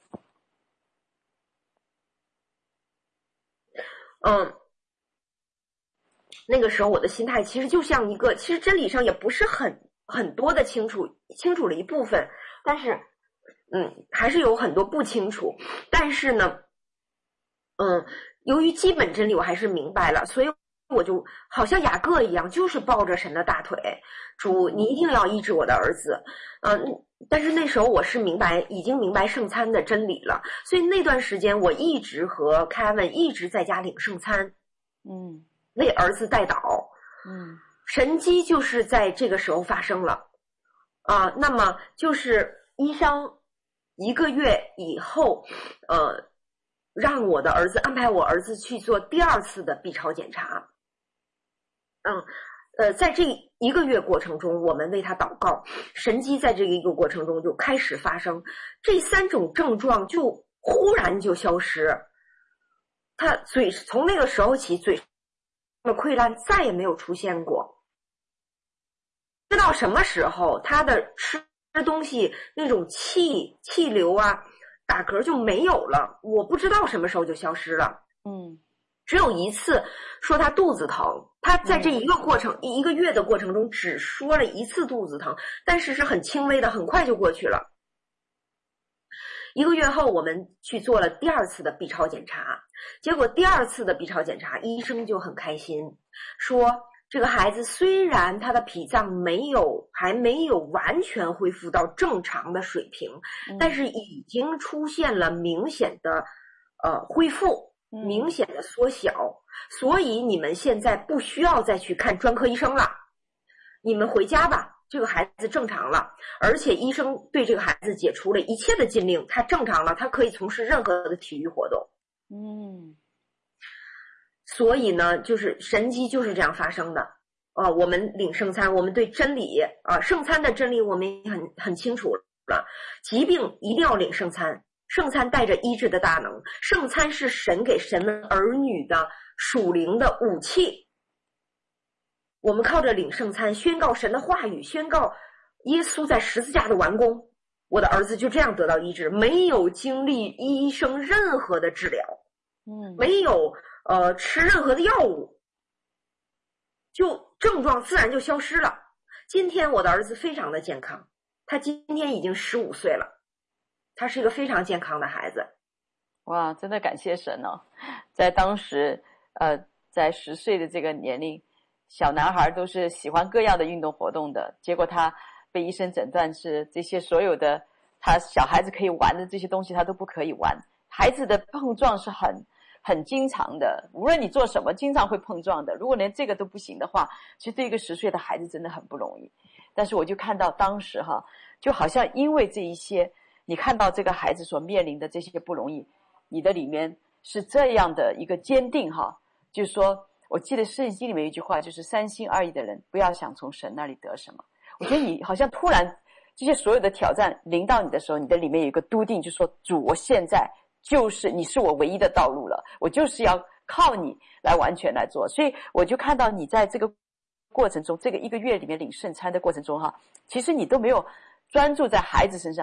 嗯，那个时候我的心态其实就像一个，其实真理上也不是很很多的清楚，清楚了一部分，但是嗯，还是有很多不清楚。但是呢，嗯，由于基本真理我还是明白了，所以我就好像雅各一样，就是抱着神的大腿，主，你一定要医治我的儿子。嗯，但是那时候我是明白，已经明白圣餐的真理了，所以那段时间我一直和 Kevin 一直在家领圣餐， 嗯， 为儿子代祷。 嗯， 神迹就是在这个时候发生了啊。那么就是医生一个月以后，呃，让我的儿子安排我儿子去做第二次的 B 超检查。嗯，呃，在这一个月过程中，我们为他祷告，神迹在这一个过程中就开始发生，这三种症状就忽然就消失。他嘴从那个时候起，嘴的溃烂再也没有出现过。直到什么时候，他的吃东西那种气气流啊、打嗝就没有了，我不知道什么时候就消失了。 嗯， 只有一次说他肚子疼，他在这一个过程、嗯、一个月的过程中只说了一次肚子疼，但是是很轻微的，很快就过去了。一个月后我们去做了第二次的 B 超检查，结果第二次的 B 超检查医生就很开心，说这个孩子虽然他的脾脏没有还没有完全恢复到正常的水平、嗯、但是已经出现了明显的呃恢复，明显的缩小，所以你们现在不需要再去看专科医生了，你们回家吧，这个孩子正常了，而且医生对这个孩子解除了一切的禁令，他正常了，他可以从事任何的体育活动。 嗯， 所以呢，就是神迹就是这样发生的啊、呃。我们领圣餐，我们对真理啊、呃，圣餐的真理我们也很很清楚了，疾病一定要领圣餐。圣餐带着医治的大能，圣餐是神给神儿女的属灵的武器。我们靠着领圣餐宣告神的话语，宣告耶稣在十字架的完工，我的儿子就这样得到医治，没有经历医生任何的治疗， 嗯， 没有呃吃任何的药物，就症状自然就消失了。今天我的儿子非常的健康，他今天已经十五岁了，他是一个非常健康的孩子。 哇，真的感谢神哦！在当时，呃，在十岁的这个年龄，小男孩都是喜欢各样的运动活动的，结果他被医生诊断是这些所有的他小孩子可以玩的这些东西他都不可以玩。孩子的碰撞是很很经常的，无论你做什么，经常会碰撞的。如果连这个都不行的话，其实对一个十岁的孩子真的很不容易。但是我就看到当时哈，就好像因为这一些。你看到这个孩子所面临的这些不容易，你的里面是这样的一个坚定哈，就是说我记得圣经里面有一句话，就是三心二意的人不要想从神那里得什么。我觉得你好像突然这些所有的挑战临到你的时候，你的里面有一个笃定，就是说主，我现在就是你是我唯一的道路了，我就是要靠你来完全来做。所以我就看到你在这个过程中，这个一个月里面领圣餐的过程中哈，其实你都没有专注在孩子身上，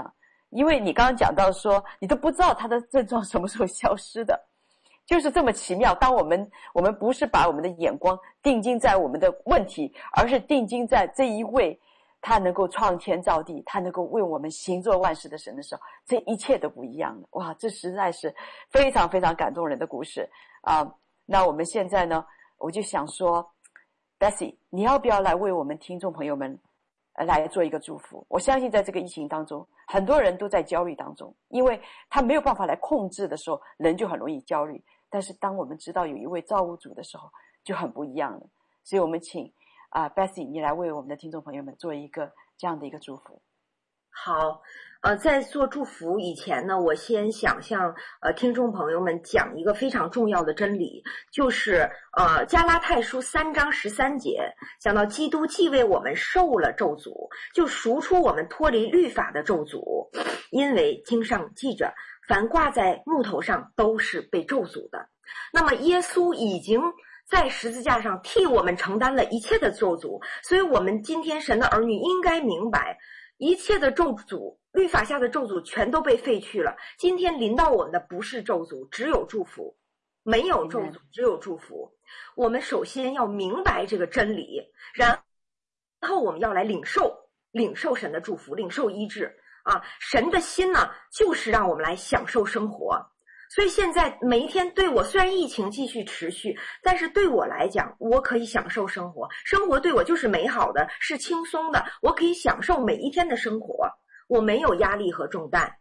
因为你刚刚讲到说，你都不知道他的症状什么时候消失的，就是这么奇妙。当我们我们不是把我们的眼光定睛在我们的问题，而是定睛在这一位他能够创天造地，他能够为我们行做万事的神的时候，这一切都不一样了。哇，这实在是非常非常感动人的故事啊、呃！那我们现在呢，我就想说 Betsy 你要不要来为我们听众朋友们来做一个祝福？我相信在这个疫情当中，很多人都在焦虑当中，因为他没有办法来控制的时候，人就很容易焦虑。但是当我们知道有一位造物主的时候，就很不一样了。所以我们请啊、呃、Betsy 你来为我们的听众朋友们做一个这样的一个祝福。 好，呃，在做祝福以前呢，我先想向呃听众朋友们讲一个非常重要的真理，就是呃加拉太书三章十三节讲到基督既为我们受了咒诅，就赎出我们脱离律法的咒诅，因为经上记着，凡挂在木头上都是被咒诅的。那么耶稣已经在十字架上替我们承担了一切的咒诅，所以我们今天神的儿女应该明白，一切的咒诅，律法下的咒诅全都被废去了。今天临到我们的不是咒诅，只有祝福，没有咒诅，只有祝福。我们首先要明白这个真理，然后我们要来领受，领受神的祝福，领受医治啊！神的心呢，就是让我们来享受生活。所以现在每一天对我，虽然疫情继续持续，但是对我来讲，我可以享受生活，生活对我就是美好的，是轻松的，我可以享受每一天的生活，我没有压力和重担。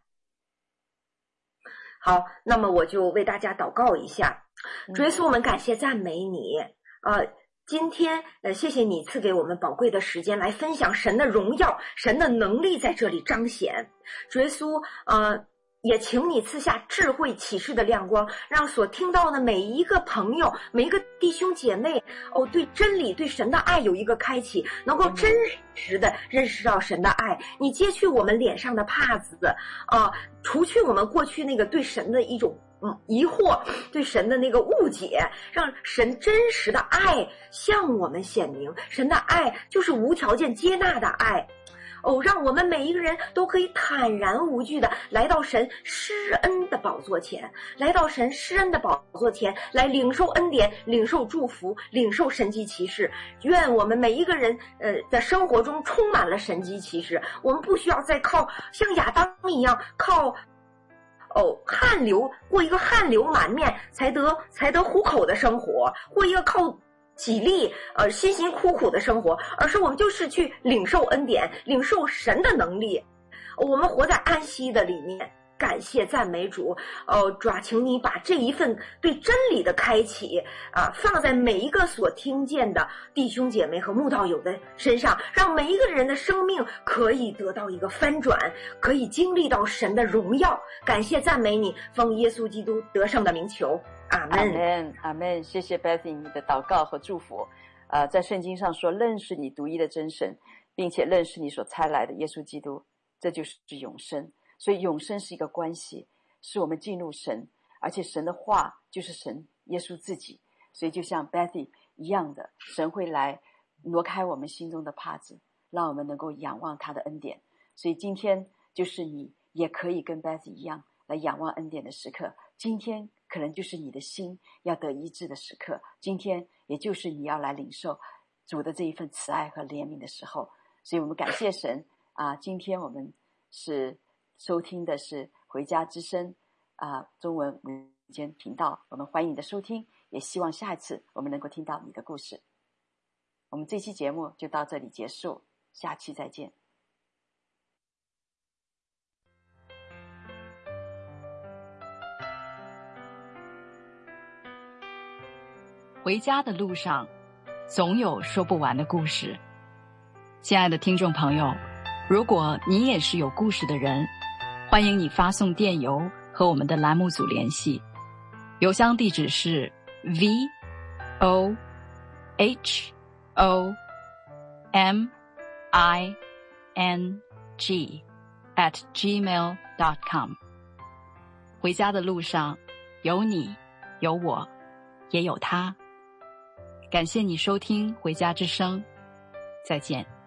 好，那么我就为大家祷告一下。主耶稣，我们感谢赞美你，呃今天呃，谢谢你赐给我们宝贵的时间来分享神的荣耀，神的能力在这里彰显。主耶稣，呃也请你赐下智慧启示的亮光，让所听到的每一个朋友，每一个弟兄姐妹，哦，对真理对神的爱有一个开启，能够真实的认识到神的爱。你揭去我们脸上的帕子啊、呃，除去我们过去那个对神的一种嗯疑惑，对神的那个误解，让神真实的爱向我们显明。神的爱就是无条件接纳的爱。哦，让我们每一个人都可以坦然无惧的来到神施恩的宝座前，来到神施恩的宝座前，来领受恩典，领受祝福，领受神迹奇事。愿我们每一个人呃的生活中充满了神迹奇事，我们不需要再靠像亚当一样靠哦汗流过一个汗流满面才得才得糊口的生活，过一个靠己力呃辛辛苦苦的生活，而是我们就是去领受恩典，领受神的能力，我们活在安息的里面。感谢赞美主，呃，主啊，请你把这一份对真理的开启啊、呃，放在每一个所听见的弟兄姐妹和慕道友的身上，让每一个人的生命可以得到一个翻转，可以经历到神的荣耀。感谢赞美你，奉耶稣基督得胜的名求，阿门， 阿门，阿门。谢谢 Betsy 你的祷告和祝福。呃，在圣经上说，认识你独一的真神，并且认识你所差来的耶稣基督，这就是永生。所以永生是一个关系，是我们进入神，而且神的话就是神耶稣自己。所以就像 Betsy 一样的，神会来挪开我们心中的帕子，让我们能够仰望他的恩典。所以今天就是你也可以跟 Betsy 一样来仰望恩典的时刻，今天可能就是你的心要得医治的时刻，今天也就是你要来领受主的这一份慈爱和怜悯的时候。所以我们感谢神啊！今天我们是收听的是回家之声啊中文午间频道，我们欢迎你的收听，也希望下一次我们能够听到你的故事。我们这期节目就到这里结束，下期再见。 回家的路上，总有说不完的故事。亲爱的听众朋友，如果你也是有故事的人，欢迎你发送电邮和我们的栏目组联系，邮箱地址是 v o h o m i n g at gmail dot com。 回家的路上，有你，有我，也有他。感谢你收听回家之声，再见。